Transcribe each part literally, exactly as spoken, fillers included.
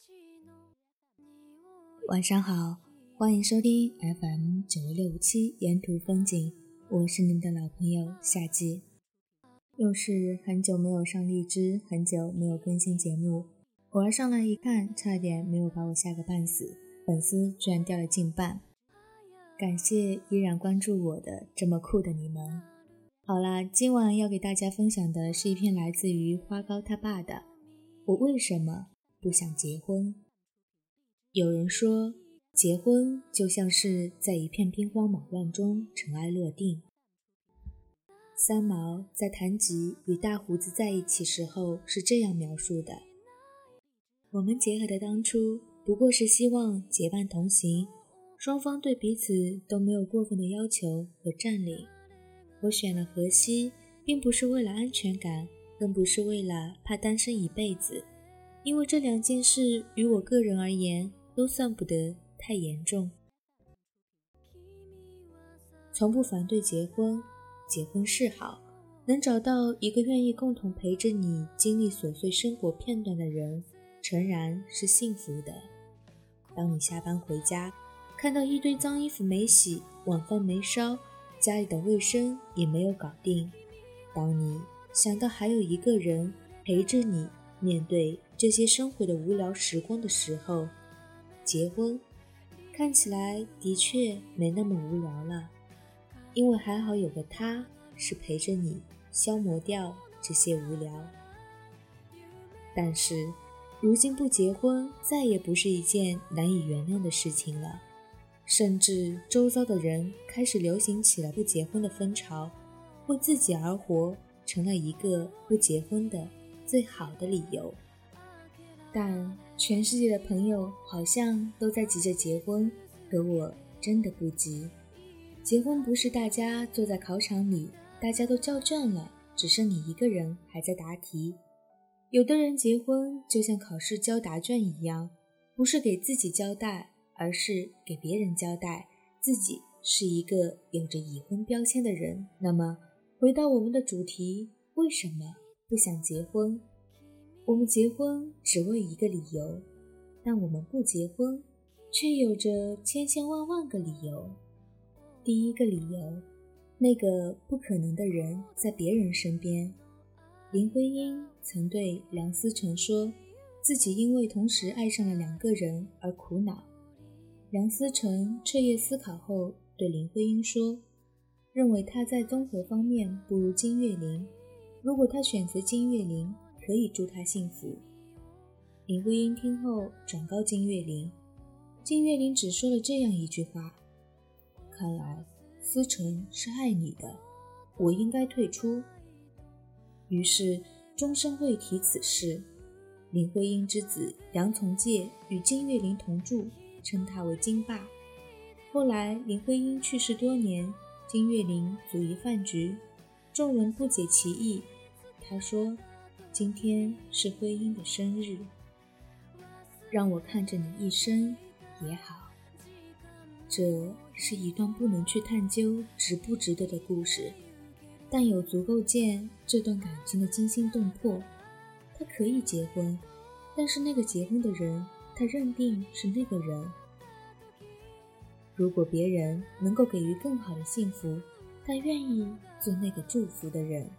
晚上好，欢迎收听 F M 九六五七沿途风景，我是你们的老朋友夏季。又是很久没有上荔枝，很久没有更新节目，偶尔上来一看，差点没有把我吓个半死，粉丝居然掉了近半。感谢依然关注我的这么酷的你们。好啦，今晚要给大家分享的是一篇来自于花糕他爸的我为什么不想结婚。有人说，结婚就像是在一片兵荒马乱中尘埃落定。三毛在谈及与大胡子在一起时候是这样描述的：我们结合的当初不过是希望结伴同行，双方对彼此都没有过分的要求和占领。我选了荷西，并不是为了安全感，更不是为了怕单身一辈子，因为这两件事于我个人而言都算不得太严重。从不反对结婚，结婚是好，能找到一个愿意共同陪着你经历琐碎生活片段的人，诚然是幸福的。当你下班回家，看到一堆脏衣服没洗，晚饭没烧，家里的卫生也没有搞定，当你想到还有一个人陪着你面对这些生活的无聊时光的时候，结婚看起来的确没那么无聊了，因为还好有个他是陪着你消磨掉这些无聊。但是如今不结婚再也不是一件难以原谅的事情了，甚至周遭的人开始流行起了不结婚的风潮，为自己而活成了一个不结婚的最好的理由。但全世界的朋友好像都在急着结婚，可我真的不急。结婚不是大家坐在考场里，大家都交卷了，只剩你一个人还在答题。有的人结婚就像考试交答卷一样，不是给自己交代，而是给别人交代自己是一个有着已婚标签的人。那么回到我们的主题，为什么不想结婚？我们结婚只为一个理由，但我们不结婚却有着千千万万个理由。第一个理由，那个不可能的人在别人身边。林徽因曾对梁思成说，自己因为同时爱上了两个人而苦恼。梁思成彻夜思考后对林徽因说，认为她在综合方面不如金岳霖，如果他选择金岳霖，可以祝他幸福。林徽因听后转告金岳霖，金岳霖只说了这样一句话，看来思成是爱你的，我应该退出。于是终身未提此事。林徽因之子梁从诫与金岳霖同住，称他为金爸。后来林徽因去世多年，金岳霖卒于饭局，众人不解其意，他说，今天是徽因的生日，让我看着你一生也好。这是一段不能去探究值不值得的故事，但有足够见这段感情的惊心动魄。他可以结婚，但是那个结婚的人，他认定是那个人。如果别人能够给予更好的幸福，他愿意做那个祝福的人。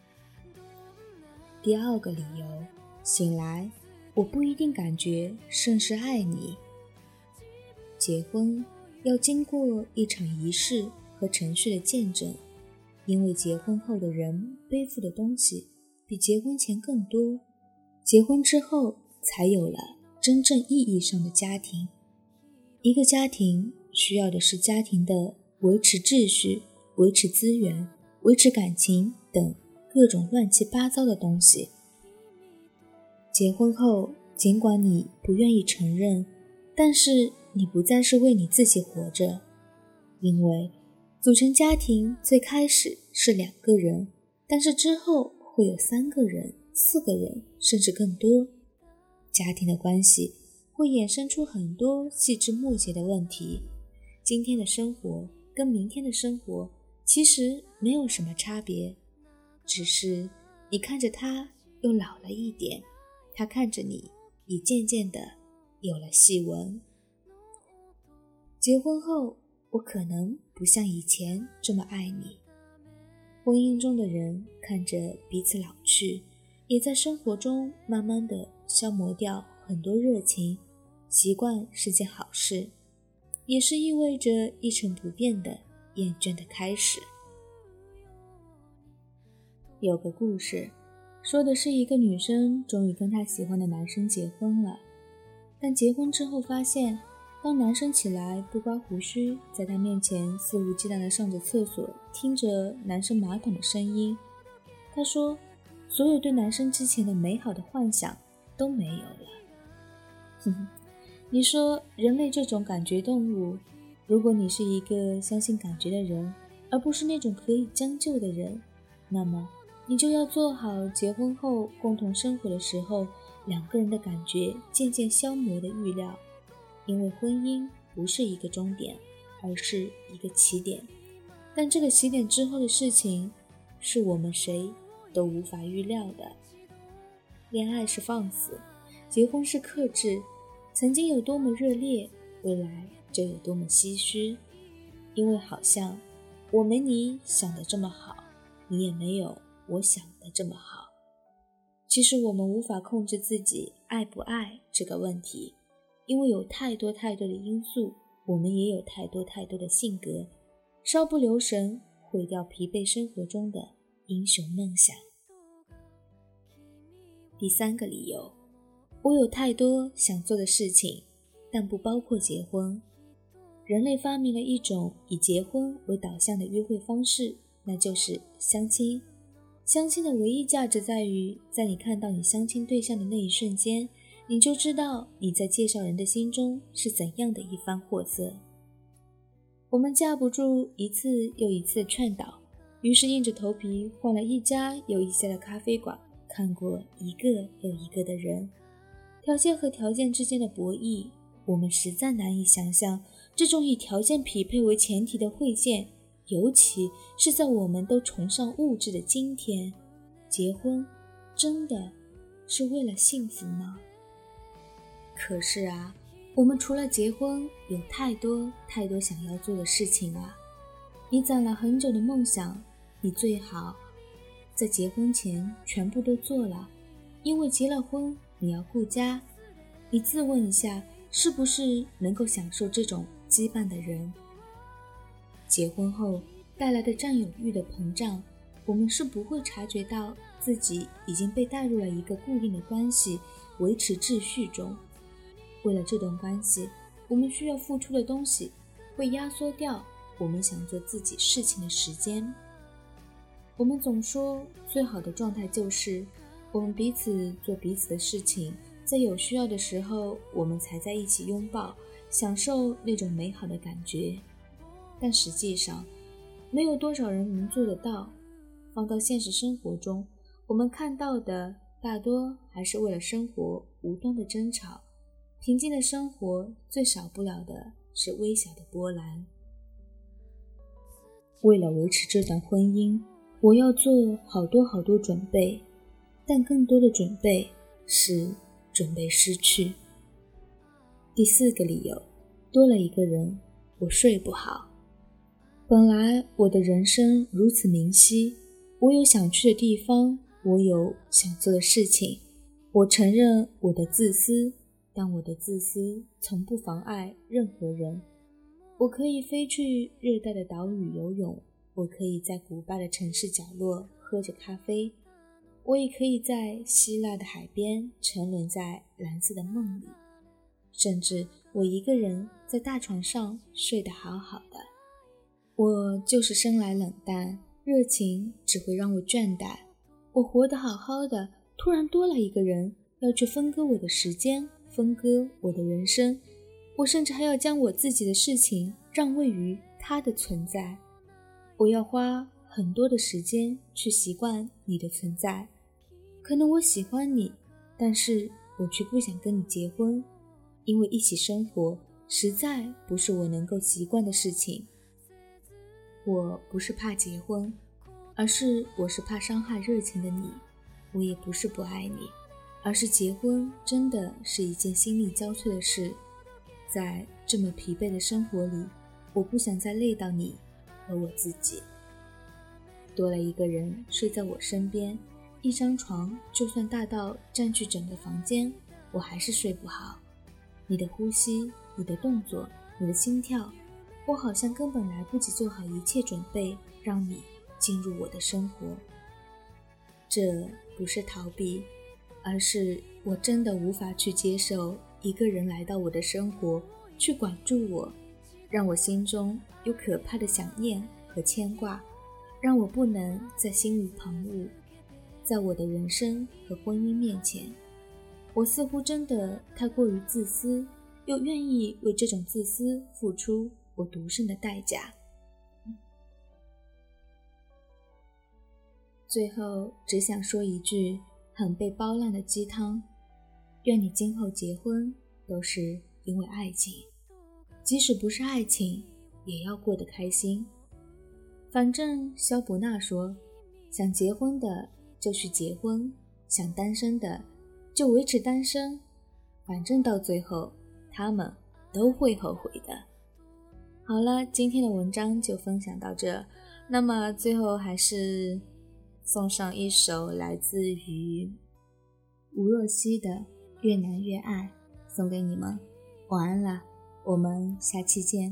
第二个理由，醒来我不一定感觉甚是爱你。结婚要经过一场仪式和程序的见证，因为结婚后的人背负的东西比结婚前更多，结婚之后才有了真正意义上的家庭。一个家庭需要的是家庭的维持秩序、维持资源、维持感情等各种乱七八糟的东西。结婚后，尽管你不愿意承认，但是你不再是为你自己活着，因为组成家庭最开始是两个人，但是之后会有三个人、四个人，甚至更多。家庭的关系会衍生出很多细枝末节的问题。今天的生活跟明天的生活其实没有什么差别，只是你看着他又老了一点，他看着你也渐渐的有了细纹。结婚后，我可能不像以前这么爱你。婚姻中的人看着彼此老去，也在生活中慢慢的消磨掉很多热情。习惯是件好事，也是意味着一成不变的厌倦的开始。有个故事说的是一个女生终于跟她喜欢的男生结婚了，但结婚之后发现，当男生起来不刮胡须，在她面前肆无忌惮地上着厕所，听着男生马桶的声音，她说所有对男生之前的美好的幻想都没有了。哼哼，你说人类这种感觉动物，如果你是一个相信感觉的人，而不是那种可以将就的人，那么你就要做好结婚后共同生活的时候，两个人的感觉渐渐消磨的预料。因为婚姻不是一个终点，而是一个起点，但这个起点之后的事情，是我们谁都无法预料的。恋爱是放肆，结婚是克制，曾经有多么热烈，未来就有多么唏嘘。因为好像我没你想的这么好，你也没有我想的这么好。其实我们无法控制自己爱不爱这个问题，因为有太多太多的因素，我们也有太多太多的性格，稍不留神毁掉疲惫生活中的英雄梦想。第三个理由，我有太多想做的事情，但不包括结婚。人类发明了一种以结婚为导向的约会方式，那就是相亲。相亲的唯一价值在于，在你看到你相亲对象的那一瞬间，你就知道你在介绍人的心中是怎样的一番货色。我们架不住一次又一次劝导，于是硬着头皮换了一家又一家的咖啡馆，看过一个又一个的人。条件和条件之间的博弈，我们实在难以想象这种以条件匹配为前提的会见，尤其是在我们都崇尚物质的今天，结婚真的是为了幸福吗？可是啊，我们除了结婚，有太多太多想要做的事情啊。你攒了很久的梦想，你最好在结婚前全部都做了，因为结了婚你要顾家。你自问一下，是不是能够享受这种羁绊的人？结婚后带来的占有欲的膨胀，我们是不会察觉到自己已经被带入了一个固定的关系，维持秩序中。为了这段关系，我们需要付出的东西会压缩掉我们想做自己事情的时间。我们总说最好的状态就是我们彼此做彼此的事情，在有需要的时候我们才在一起拥抱，享受那种美好的感觉。但实际上没有多少人能做得到。放到现实生活中，我们看到的大多还是为了生活无端的争吵。平静的生活最少不了的是微小的波澜。为了维持这段婚姻，我要做好多好多准备，但更多的准备是准备失去。第四个理由，多了一个人，我睡不好。本来我的人生如此明晰，我有想去的地方，我有想做的事情。我承认我的自私，但我的自私从不妨碍任何人。我可以飞去热带的岛屿游泳，我可以在古巴的城市角落喝着咖啡，我也可以在希腊的海边沉沦在蓝色的梦里，甚至我一个人在大床上睡得好好的。我就是生来冷淡，热情只会让我倦怠。我活得好好的，突然多了一个人要去分割我的时间，分割我的人生。我甚至还要将我自己的事情让位于他的存在。我要花很多的时间去习惯你的存在。可能我喜欢你，但是我却不想跟你结婚，因为一起生活实在不是我能够习惯的事情。我不是怕结婚，而是我是怕伤害热情的你。我也不是不爱你， 而是结婚真的是一件心力交瘁的事。在这么疲惫的生活里，我不想再累到你和我自己。多了一个人睡在我身边，一张床就算大到占据整个房间，我还是睡不好。你的呼吸，你的动作，你的心跳，我好像根本来不及做好一切准备，让你进入我的生活。这不是逃避，而是我真的无法去接受一个人来到我的生活，去管住我，让我心中有可怕的想念和牵挂，让我不能在心无旁骛。在我的人生和婚姻面前，我似乎真的太过于自私，又愿意为这种自私付出我独身的代价。最后只想说一句很被包烂的鸡汤，愿你今后结婚都是因为爱情，即使不是爱情也要过得开心。反正萧伯纳说，想结婚的就去结婚，想单身的就维持单身，反正到最后他们都会后悔的。好了，今天的文章就分享到这，那么最后还是送上一首来自于吴若希的《越难越爱》，送给你们，晚安了，我们下期见。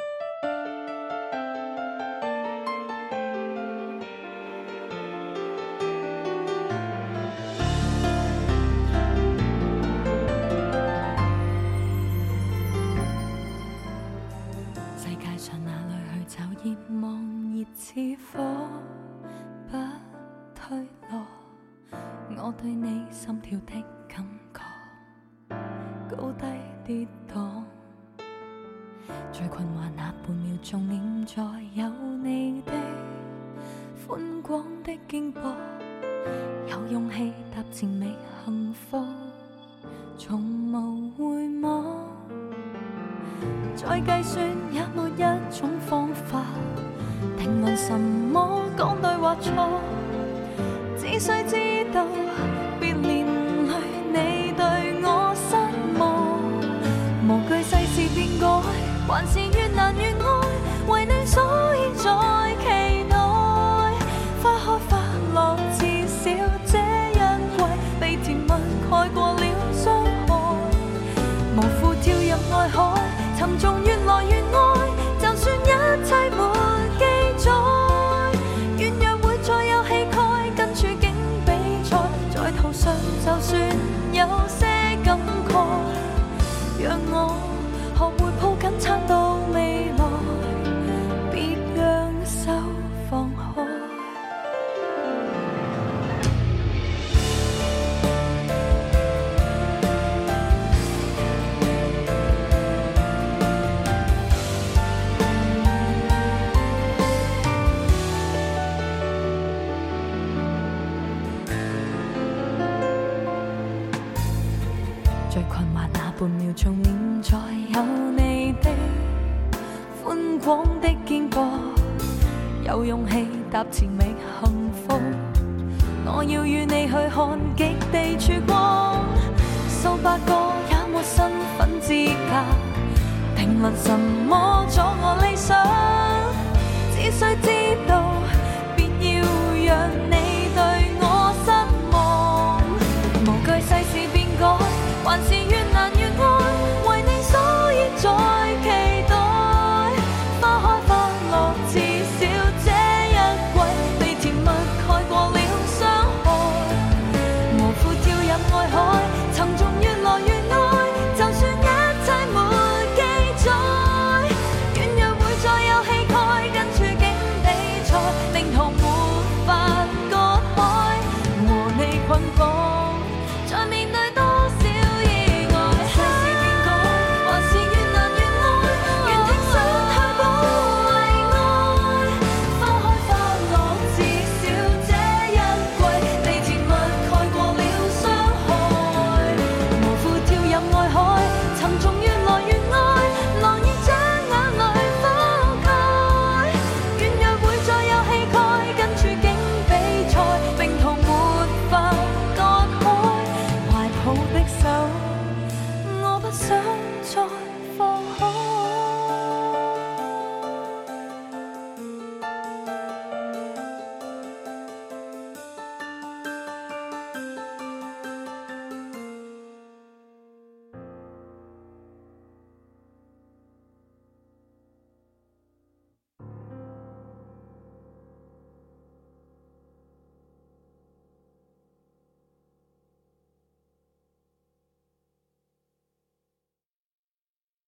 世界上哪里去找熱望熱似火不退落，我對你心跳的感覺高低跌宕，最困惑那半秒鐘念在有你的寬廣的肩膊，有勇氣踏前覓幸福，從無回望，再計算也沒一種方法定論什麼講對或錯，只需知道別年裏你對我失望，無懼世事變改，還是越難越愛，為你所以在期待，花開花落至少這一季，被甜蜜蓋過了傷害，無負跳入愛海，沉重越來越愛，就算一切沒記載，軟弱會再有氣概，跟處境比賽，在途上就算有些感慨，讓我學會抱緊撐到未來，別讓手放開。最困惑那半秒鐘念在有你的寬廣的肩膊，有勇氣踏前覓幸福，我要與你去看極地曙光，數百個也沒身份資格定論什麼阻我理想，只需知道別要讓你對我失望，無懼世事變改，還是越難越愛，為你所以在期待，花開花落至少這一季，被甜蜜蓋過了傷害，無負跳入愛海，沉重越來越愛，就算一切沒記載，軟弱會再有氣概，跟處境比賽，令途沒法改。 我不想再放開。